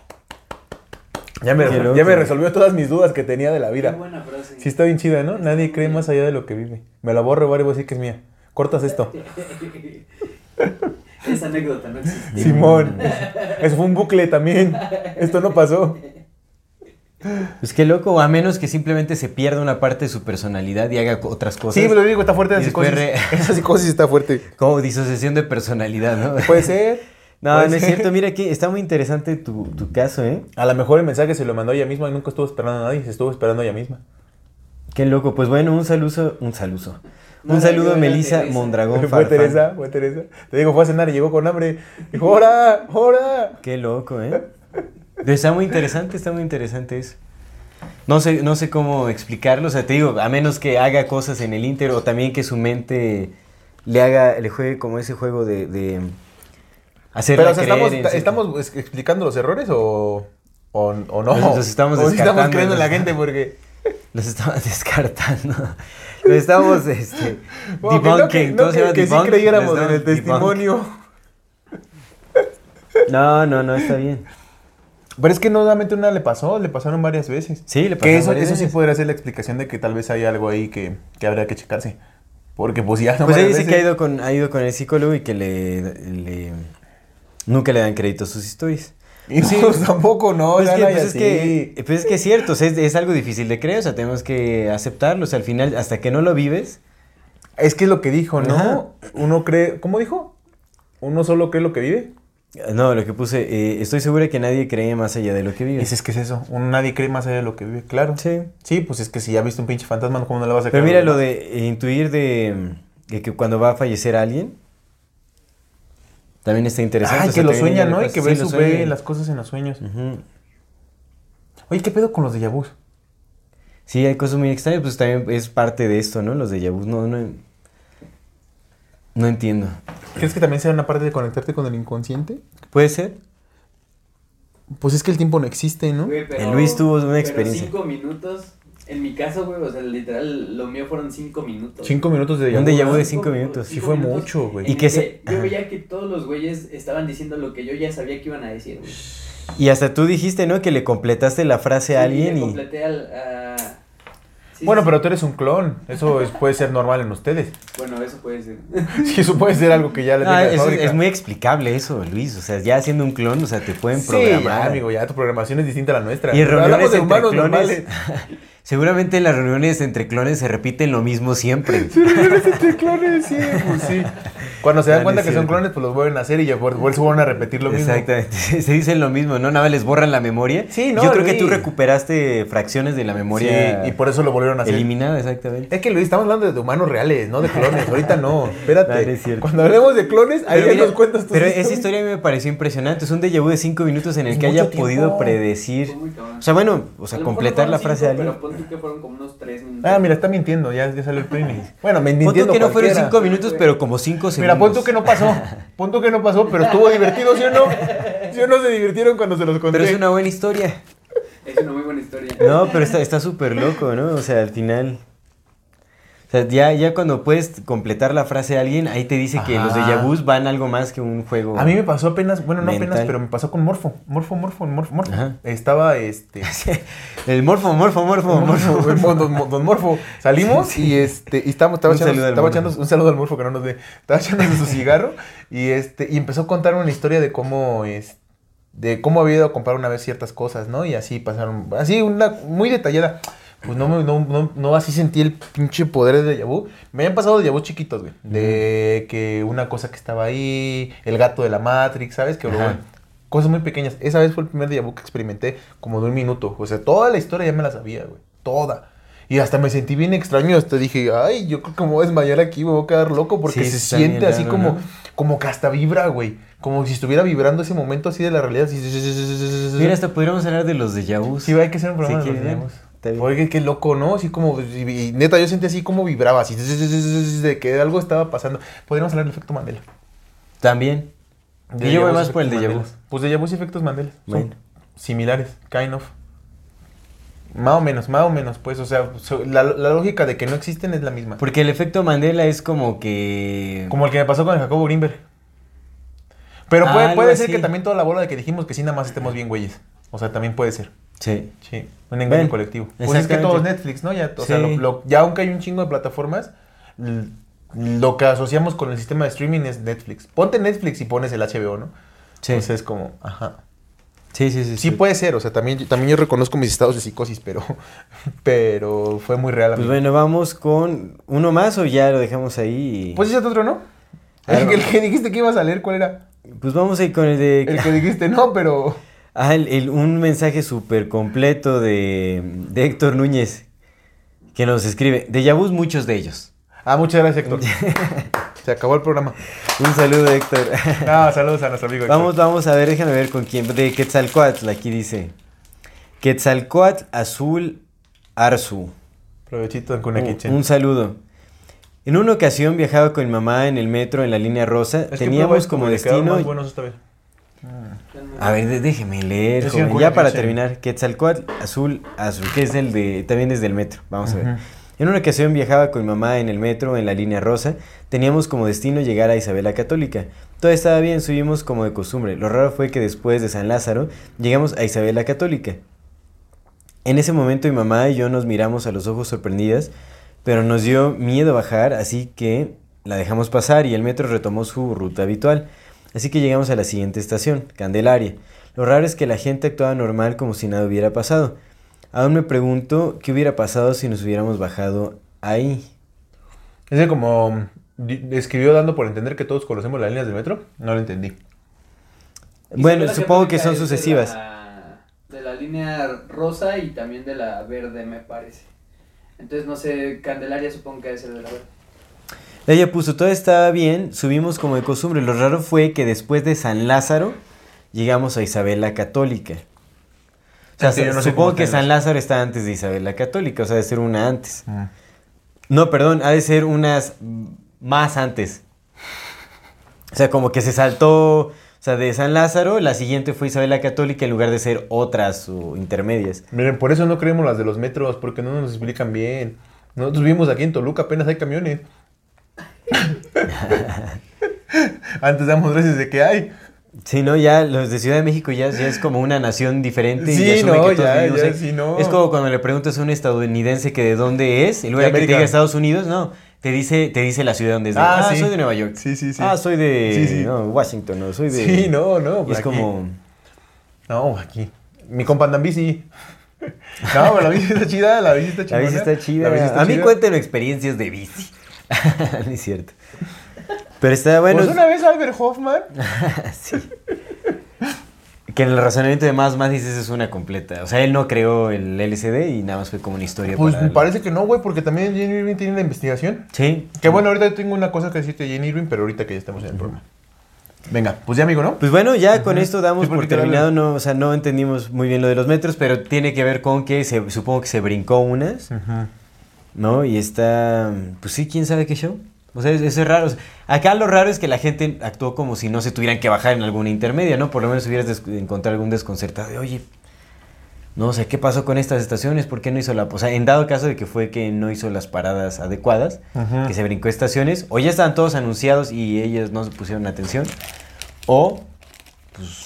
Ya me, Qué resol- loco. ya me resolvió todas mis dudas que tenía de la Qué vida. buena frase. Sí está bien chida, ¿no? Nadie cree más allá de lo que vive. Me la voy a robar y voy a decir que es mía. Cortas esto. Esa anécdota no existe. Simón. Eso fue un bucle también. Esto no pasó. Pues qué loco, a menos que simplemente se pierda una parte de su personalidad y haga co- otras cosas. Sí, pero digo, está fuerte la Y después psicosis. re- Esa psicosis está fuerte. Como disociación de personalidad, ¿no? Puede ser. No, puede no es ser. cierto. Mira aquí, está muy interesante tu, tu caso, ¿eh? A lo mejor el mensaje se lo mandó ella misma y nunca estuvo esperando a nadie. Se estuvo esperando ella misma. Qué loco. Pues bueno, un saludo, un saludo. No, Un saludo a yo era Melissa Teresa. Mondragón Fue Farfán. Teresa, fue Teresa. Te digo, fue a cenar y llegó con hambre. Dijo, ¡hora! ¡hora! Qué loco, ¿eh? Pero está muy interesante, está muy interesante eso. No sé, no sé cómo explicarlo, o sea, te digo, a menos que haga cosas en el Inter o también que su mente le haga, le juegue como ese juego de, de hacerla Pero, o sea, creer ¿estamos, en cierto- ¿estamos es- explicando los errores o, o, o no? Los- los estamos o si estamos descartando, creyendo en la los- gente porque... Los estamos descartando. Los estamos, este, Bueno, que no, que, debunking. no, ¿Cómo se que- llama? que sí Debunk. creyéramos Los en el estamos debunk. testimonio. No, no, no, está bien. Pero es que no solamente una le pasó, le pasaron varias veces. Sí, le Que pasaron eso, varias eso sí veces. podría ser la explicación de que tal vez hay algo ahí que, que habría que checarse. Porque pues ya no Pues ella varias dice que ha veces. ido con, ha ido con el psicólogo y que le, le nunca le dan crédito a sus historias. Y Sí. pues tampoco, no, Pues ya es que, no hay pues es así. que, pues es que es cierto, o sea, es, es algo difícil de creer, o sea, tenemos que aceptarlo, o sea, al final, hasta que no lo vives, Es que es lo que dijo, ¿no? Ajá. Uno cree... ¿Cómo dijo? ¿Uno solo cree lo que vive? no, lo que puse, eh, estoy segura que nadie cree más allá de lo que vive. Dices, ¿qué es eso? Uno, nadie cree más allá de lo que vive, claro. Sí. Sí, pues es que si ya viste un pinche fantasma, ¿cómo no le vas a Pero creer? mira, a lo los de eh, intuir de, de que cuando va a fallecer alguien, también está demás? interesante. Ay, o sea, que lo también sueña, ella ¿no? le Y que pasa- ve, sí, lo su, ve sueña. las cosas en los sueños. Ujú. Oye, ¿qué pedo con los déjà vus? Sí, hay cosas muy extrañas, pues también es parte de esto, ¿no? Los déjà vus, no, no, no entiendo. ¿Crees que también sea una parte de conectarte con el inconsciente? ¿Puede ser? Pues es que el tiempo no existe, ¿no? Güey, pero- El Luis tuvo una pero experiencia. cinco minutos, en mi caso, güey, o sea, literal, lo mío fueron cinco minutos. Cinco minutos de déjà Un vu. déjà vu ¿no? de cinco minutos. Sí fue mucho, güey. Y Y que que se- yo ajá. veía que todos los güeyes estaban diciendo lo que yo ya sabía que iban a decir, güey. Y hasta tú dijiste, ¿no? Que le completaste la frase a Sí, alguien le y... completé al... a- sí, Bueno, sí, pero tú eres un clon. Eso es- puede ser normal en ustedes. Bueno, eso puede ser. Sí, eso puede ser algo que ya le No, venga de es, fábrica. es muy explicable eso, Luis. O sea, ya haciendo un clon, o sea, te pueden Sí, programar. ya, amigo, ya tu programación es distinta a la nuestra. Y en Pero reuniones hablamos de entre humanos clones... normales. Seguramente en las reuniones entre clones se repiten lo mismo siempre. Reuniones entre clones, sí, pues sí. Cuando se dan No, no cuenta es que son cierto. clones, pues los vuelven a hacer y ya por por eso vuelven a repetir lo mismo. Exactamente. Se dicen lo mismo, ¿no? Nada más les borran la memoria. Sí, no, Yo creo que tú Luis. recuperaste fracciones de la memoria Sí, y por eso lo volvieron a hacer. eliminada, exactamente. Es que Luis, estamos hablando de humanos reales, no de clones. Ahorita no, espérate. Dale, es cierto. Cuando hablemos de clones, ahí Pero, ya mira, nos cuentas tus pero historias. esa historia a mí me pareció impresionante. Es un déjà vu de cinco minutos en el Es que mucho haya tiempo. podido predecir. Fue muy cabrón. O sea, bueno, o sea, A lo mejor completar no la fueron frase de cinco, alguien. Pero pon tú que fueron como unos tres minutos. Ah, mira, está mintiendo, ya, ya salió el peine. Bueno, me Pon tú mintiendo que no fueron cualquiera. cinco minutos, pero como cinco segundos. Mira, pon tú que no pasó. Pon tú que no pasó, pero estuvo divertido, ¿sí o no? ¿Sí o no se divirtieron cuando se los conté? Pero es una buena historia. Es una muy buena historia. No, pero está está súper loco, ¿no? O sea, al final... O sea, ya, ya cuando puedes completar la frase a alguien, ahí te dice que los Ajá. déjà vus van algo más que un juego. A mí me pasó apenas, bueno, no apenas, mental. pero me pasó con Morfo. Morfo, Morfo, Morfo, Morfo. Ajá. Estaba, este... El morfo, morfo, morfo, morfo. Morfo, don, don Morfo. Salimos y este y estábamos, estaba Un echando, saludo al estaba Morfo. echando un saludo al Morfo que no nos ve. Estaba echándose su cigarro y este y empezó a contar una historia de cómo es de cómo había ido a comprar una vez ciertas cosas, ¿no? Y así pasaron, así una muy detallada. Pues no, me- no, no, no así sentí el pinche poder de déjà vu. Me habían pasado déjà vu chiquitos, güey. De que una cosa que estaba ahí, el gato de la Matrix, ¿sabes? Que Ajá. luego- cosas muy pequeñas. Esa vez fue el primer déjà vu que experimenté como de un minuto. O sea, toda la historia ya me la sabía, güey. Toda. Y hasta me sentí bien extraño. Hasta dije, ay, yo creo que me voy a desmayar aquí, me voy a quedar loco. Porque Sí, se está siente bien así raro, como, ¿no? como que hasta vibra, güey. Como si estuviera vibrando ese momento así de la realidad. Así, Mira, hasta podríamos hablar de los déjà vus. sí, hay que hacer un programa Si de los quieren, déjà vus. está bien. Oye, qué loco, ¿no? Así como, y, y neta, yo sentí así como vibraba, así, de que algo estaba pasando. Podríamos hablar del efecto Mandela. También. De Y yo voy déjà vu, más por el efectos déjà vu. Mandela. Pues déjà vu y efectos Mandela. Son Bueno. similares, kind of. Más o menos, más o menos, pues, o sea, so- la, la lógica de que no existen es la misma. Porque el efecto Mandela es como que... Como el que me pasó con el Jacobo Greenberg. Pero Ah, puede, algo puede ser así. que también toda la bola de que dijimos que sí, nada más estemos bien güeyes. O sea, también puede ser. Sí. Sí, un engaño Ven, colectivo. Pues es que exactamente. todo es Netflix, ¿no? Ya, o sea, Sí. lo- lo- ya aunque hay un chingo de plataformas, l- lo que asociamos con el sistema de streaming es Netflix. Ponte Netflix y pones el H B O, ¿no? Sí. Entonces es como, ajá. Sí, sí, sí. Sí puede ser, o sea, también, también yo reconozco mis estados de psicosis, pero, pero fue muy real. Pues amigo. bueno, vamos con uno más o ya lo dejamos ahí. y- Pues échate otro, ¿no? Ah, El, no. que- el que dijiste que ibas a leer, ¿cuál era? Pues vamos a ir con el de... El que dijiste no, pero... Ah, el, el- un mensaje súper completo de, de Héctor Núñez, que nos escribe, déjà vus muchos de ellos. Ah, muchas gracias, Héctor. Se acabó el programa. Un saludo, Héctor. Ah, saludos a nuestro amigo Héctor. Vamos, vamos a ver, déjame ver con quién. De Quetzalcóatl, aquí dice. Quetzalcóatl Azul Arzu. Provechito en Cuna Un, Kitchen. un saludo. En una ocasión viajaba con mi mamá en el metro en la línea rosa. Es que Teníamos prueba esto, como güey, le quedaron destino... más buenos esta vez. A ver, de- déjeme leer, Es joven. que en Ya Cuna para Kitchen. terminar. Quetzalcóatl Azul Azul, que es el de... También es del metro. Vamos a ver. Ujú. En una ocasión viajaba con mi mamá en el metro en la línea rosa. Teníamos como destino llegar a Isabel la Católica. Todo estaba bien, subimos como de costumbre. Lo raro fue que después de San Lázaro llegamos a Isabel la Católica. En ese momento mi mamá y yo nos miramos a los ojos sorprendidas, pero nos dio miedo bajar, así que la dejamos pasar y el metro retomó su ruta habitual. Así que llegamos a la siguiente estación, Candelaria. Lo raro es que la gente actuaba normal como si nada hubiera pasado. Aún me pregunto qué hubiera pasado si nos hubiéramos bajado ahí. Ese como di- escribió dando por entender que todos conocemos las líneas del metro. No lo entendí. Bueno, Isabel la supongo que Católica son es de sucesivas. la- De la línea rosa y también de la verde, me parece. Entonces, no sé, Candelaria supongo que debe ser de la verde. Ella puso, todo estaba bien, subimos como de costumbre. Lo raro fue que después de San Lázaro llegamos a Isabel la Católica. O sea, Es que yo no sé supongo cómo que está en San las- Lázaro está antes de Isabel la Católica, o sea, debe ser una antes. No, perdón, ha de ser unas mm, más antes. O sea, como que se saltó, o sea, de San Lázaro, la siguiente fue Isabel la Católica en lugar de ser otras o intermedias. Miren, por eso no creemos las de los metros, porque no nos explican bien. Nosotros vivimos aquí en Toluca, apenas hay camiones. Antes damos gracias de que hay. Sí, ¿no? Ya los de Ciudad de México ya, ya es como una nación diferente. Sí, y asume no, que todos ya, vivimos ya, ahí. sí, no. Es como cuando le preguntas a un estadounidense que de dónde es, en lugar de que te América. diga Estados Unidos, no, te dice, te dice la ciudad donde es. De, Ah, ah, sí. soy de Nueva York. Sí, sí, sí. Ah, soy de Sí, sí. no, Washington, no, soy de... Sí, no, no. Y es aquí- como... No, aquí. Mi compa anda en bici. No, pero la bici está chida, la bici está chida. La bici está chida. A mí cuéntenme experiencias de bici. No es cierto. Pero está bueno. Pues una vez Albert Hoffman. Sí. Que en el razonamiento de más más dices es una completa. O sea, él no creó el L C D y nada más fue como una historia Pues para me él. parece que no, güey, porque también Jenny Irving tiene la investigación. Sí. Que bueno, ahorita tengo una cosa que decirte de Jenny Irving, pero ahorita que ya estamos en el programa. Venga, pues ya, amigo, ¿no? Pues bueno, ya con esto damos Sí, porque por te terminado. No, o sea, no entendimos muy bien lo de los metros, pero tiene que ver con que se, supongo que se brincó unas, ¿no? Y está, pues sí, quién sabe qué show. O sea, es- eso es raro. O sea, acá lo raro es que la gente actuó como si no se tuvieran que bajar en alguna intermedia, ¿no? Por lo menos hubieras des- encontrado algún desconcertado de, oye, no, o sea, ¿qué pasó con estas estaciones? ¿Por qué no hizo la...? O sea, en dado caso de que fue que no hizo las paradas adecuadas, Ujú. que se brincó estaciones, o ya estaban todos anunciados y ellos no se pusieron atención, o, pues,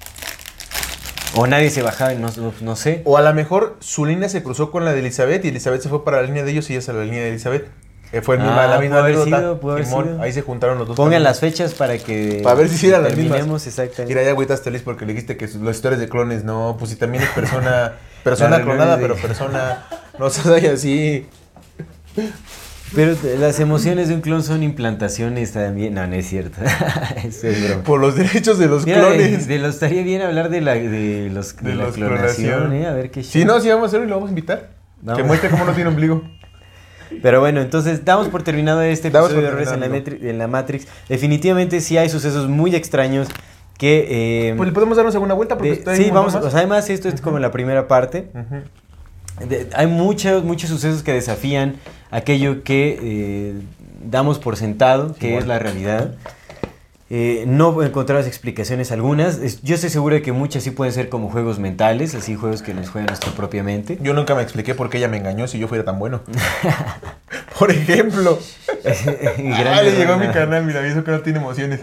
o nadie se bajaba y no, no, no sé. O a lo mejor su línea se cruzó con la de Elizabeth y Elizabeth se fue para la línea de ellos y ella a la línea de Elizabeth. Eh, fue el misma, Ah, la misma pudo haber anécdota. sido, pudo haber Simón, sido. ahí se juntaron los dos. Pongan caminos. las fechas para que Para ver si sí eran las mismas. terminemos exactamente. Mira, ya agüitas feliz porque le dijiste que sus- las historias de clones, no, pues si también es persona, persona Las clonada, reuniones pero de- persona, no se vaya así. Pero las emociones de un clon son implantaciones también. No, no es cierto. Eso es broma. Por los derechos de los Mira, de, clones. de los estaría bien hablar de la de los de, De la los clonación, clonación. ¿eh? A ver qué Si show. no, si vamos a hacerlo y lo vamos a invitar. Vamos. Que muestre cómo no tiene ombligo. Pero bueno, entonces damos por terminado este Damos episodio de por Errores en la, terminado, Metri- en la Matrix. Definitivamente sí hay sucesos muy extraños que... eh, Pues le podemos dar una segunda vuelta porque de- está ahí sí, un vamos, montón o más. sea, además esto es como la primera parte. Ujú. de, hay muchos, muchos sucesos que desafían aquello que eh, damos por sentado, que Igual. es la realidad. Eh, no encontramos explicaciones algunas. Es, yo estoy seguro de que muchas sí pueden ser como juegos mentales, así juegos que nos juegan nuestra propia mente. Yo nunca me expliqué por qué ella me engañó si yo fuera tan bueno. Por ejemplo. Ah, le llegó a mi canal, mira, eso que no tiene emociones.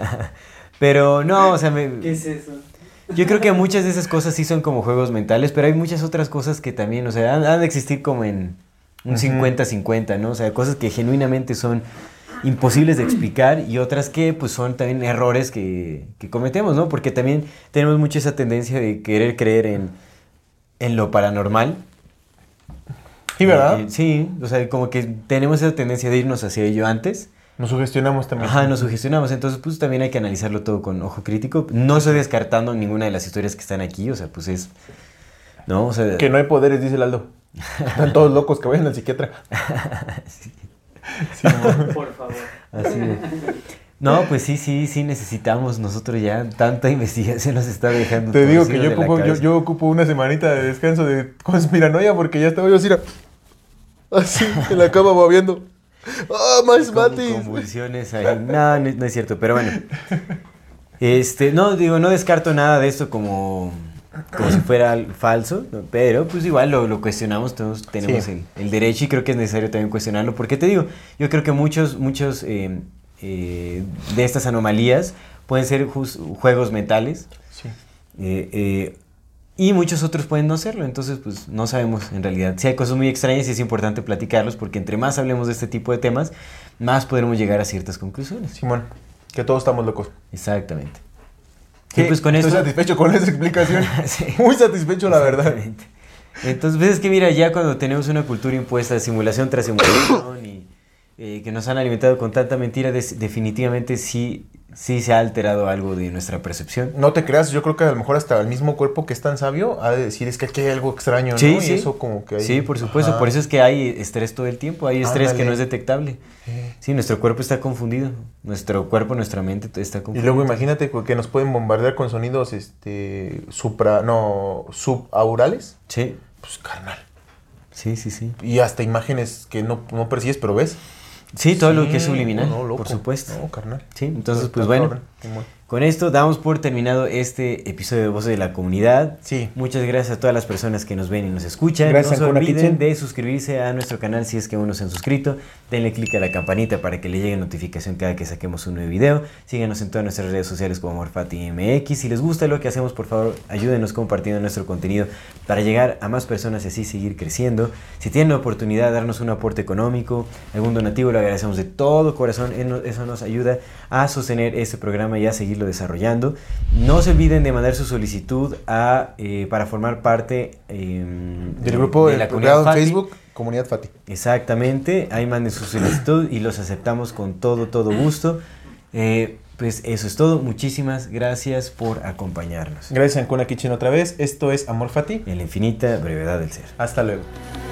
Pero no, o sea, me, ¿Qué es eso? yo creo que muchas de esas cosas sí son como juegos mentales, pero hay muchas otras cosas que también, o sea, han, han de existir como en un cincuenta cincuenta, ¿no? O sea, cosas que genuinamente son imposibles de explicar y otras que pues son también errores que, que cometemos, ¿no? Porque también tenemos mucho esa tendencia de querer creer en, en lo paranormal. Sí, ¿verdad? Eh, sí, o sea, como que tenemos esa tendencia de irnos hacia ello antes. Nos sugestionamos también. Ajá, nos sugestionamos, entonces pues también hay que analizarlo todo con ojo crítico. No estoy descartando ninguna de las historias que están aquí, o sea, pues es... ¿No? O sea... Que no hay poderes, dice el Aldo. Están todos locos, que vayan al psiquiatra. Sí. Sí, no. Por favor. Así es. No, pues sí, sí, sí necesitamos nosotros ya. Tanta investigación nos está dejando. Te digo que torcidos yo de la ocupo, yo, cabeza. yo ocupo una semanita de descanso de conspiranoia porque ya estaba yo así, así en la cama babeando. ¡Ah, más Con matis! convulsiones ahí. No, no, no es cierto, pero bueno. Este, no, digo, no descarto nada de esto como, como si fuera falso, ¿no? Pero pues igual lo, lo cuestionamos, todos tenemos Sí. el, el derecho y creo que es necesario también cuestionarlo, porque te digo, yo creo que muchos, muchos eh, eh, de estas anomalías pueden ser jus- juegos mentales. Sí. Eh, eh, y muchos otros pueden no serlo, entonces pues no sabemos en realidad. Si hay cosas muy extrañas y es importante platicarlos porque entre más hablemos de este tipo de temas, más podremos llegar a ciertas conclusiones. Simón, que todos estamos locos. Exactamente. Sí, Y pues con estoy esto... satisfecho con esa explicación. Sí. Muy satisfecho, la verdad. Exactamente. Entonces, ves que mira, ya cuando tenemos una cultura impuesta de simulación tras simulación y eh, que nos han alimentado con tanta mentira, des- definitivamente sí, sí se ha alterado algo de nuestra percepción. No te creas, yo creo que a lo mejor hasta el mismo cuerpo que es tan sabio ha de decir es que aquí hay algo extraño, ¿no? Sí, Y sí. eso como que hay... Sí, por supuesto, Ajá. por eso es que hay estrés todo el tiempo, hay estrés Ándale. que no es detectable. Sí. Sí, nuestro cuerpo está confundido, nuestro cuerpo, nuestra mente t- está Y confundido. luego imagínate que nos pueden bombardear con sonidos, este, supra, no, subaurales. Sí, Pues carnal. sí, sí, sí. Y hasta imágenes que no, no percibes, pero ves. Sí, todo lo Sí, que es subliminal, no, loco. por supuesto. No, carnal. Sí, entonces Está pues bueno. cabrón, Simón. Con esto damos por terminado este episodio de Voces de la Comunidad. Sí. Muchas gracias a todas las personas que nos ven y nos escuchan. Gracias, no se Ancuna olviden Kitchen. de suscribirse a nuestro canal si es que aún no se han suscrito. Denle click a la campanita para que le llegue notificación cada que saquemos un nuevo video. Síganos en todas nuestras redes sociales como Amorfati M X. Si les gusta lo que hacemos, por favor, ayúdenos compartiendo nuestro contenido para llegar a más personas y así seguir creciendo. Si tienen la oportunidad de darnos un aporte económico, algún donativo, lo agradecemos de todo corazón. Eso nos ayuda a sostener este programa y a seguirlo desarrollando. No se olviden de mandar su solicitud a, eh, para formar parte eh, Del grupo de de la la comunidad en Fati. Facebook, Comunidad Fati. Exactamente, ahí manden su solicitud y los aceptamos con todo, todo gusto. Eh, pues eso es todo, muchísimas gracias por acompañarnos. Gracias, Ancuna Kitchen, otra vez. Esto es Amor Fati. En la infinita brevedad del ser. Hasta luego.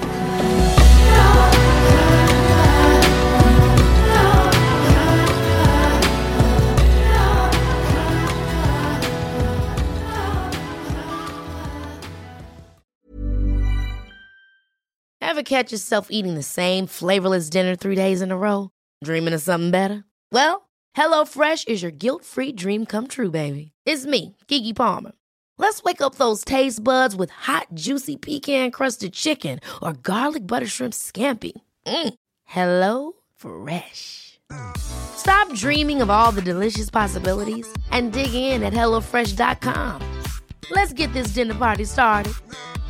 Ever catch yourself eating the same flavorless dinner three days in a row? Dreaming of something better? Well, HelloFresh is your guilt-free dream come true, baby. It's me, Keke Palmer. Let's wake up those taste buds with hot, juicy pecan-crusted chicken or garlic butter shrimp scampi. Mm. Hello Fresh. Stop dreaming of all the delicious possibilities and dig in at hello fresh dot com. Let's get this dinner party started.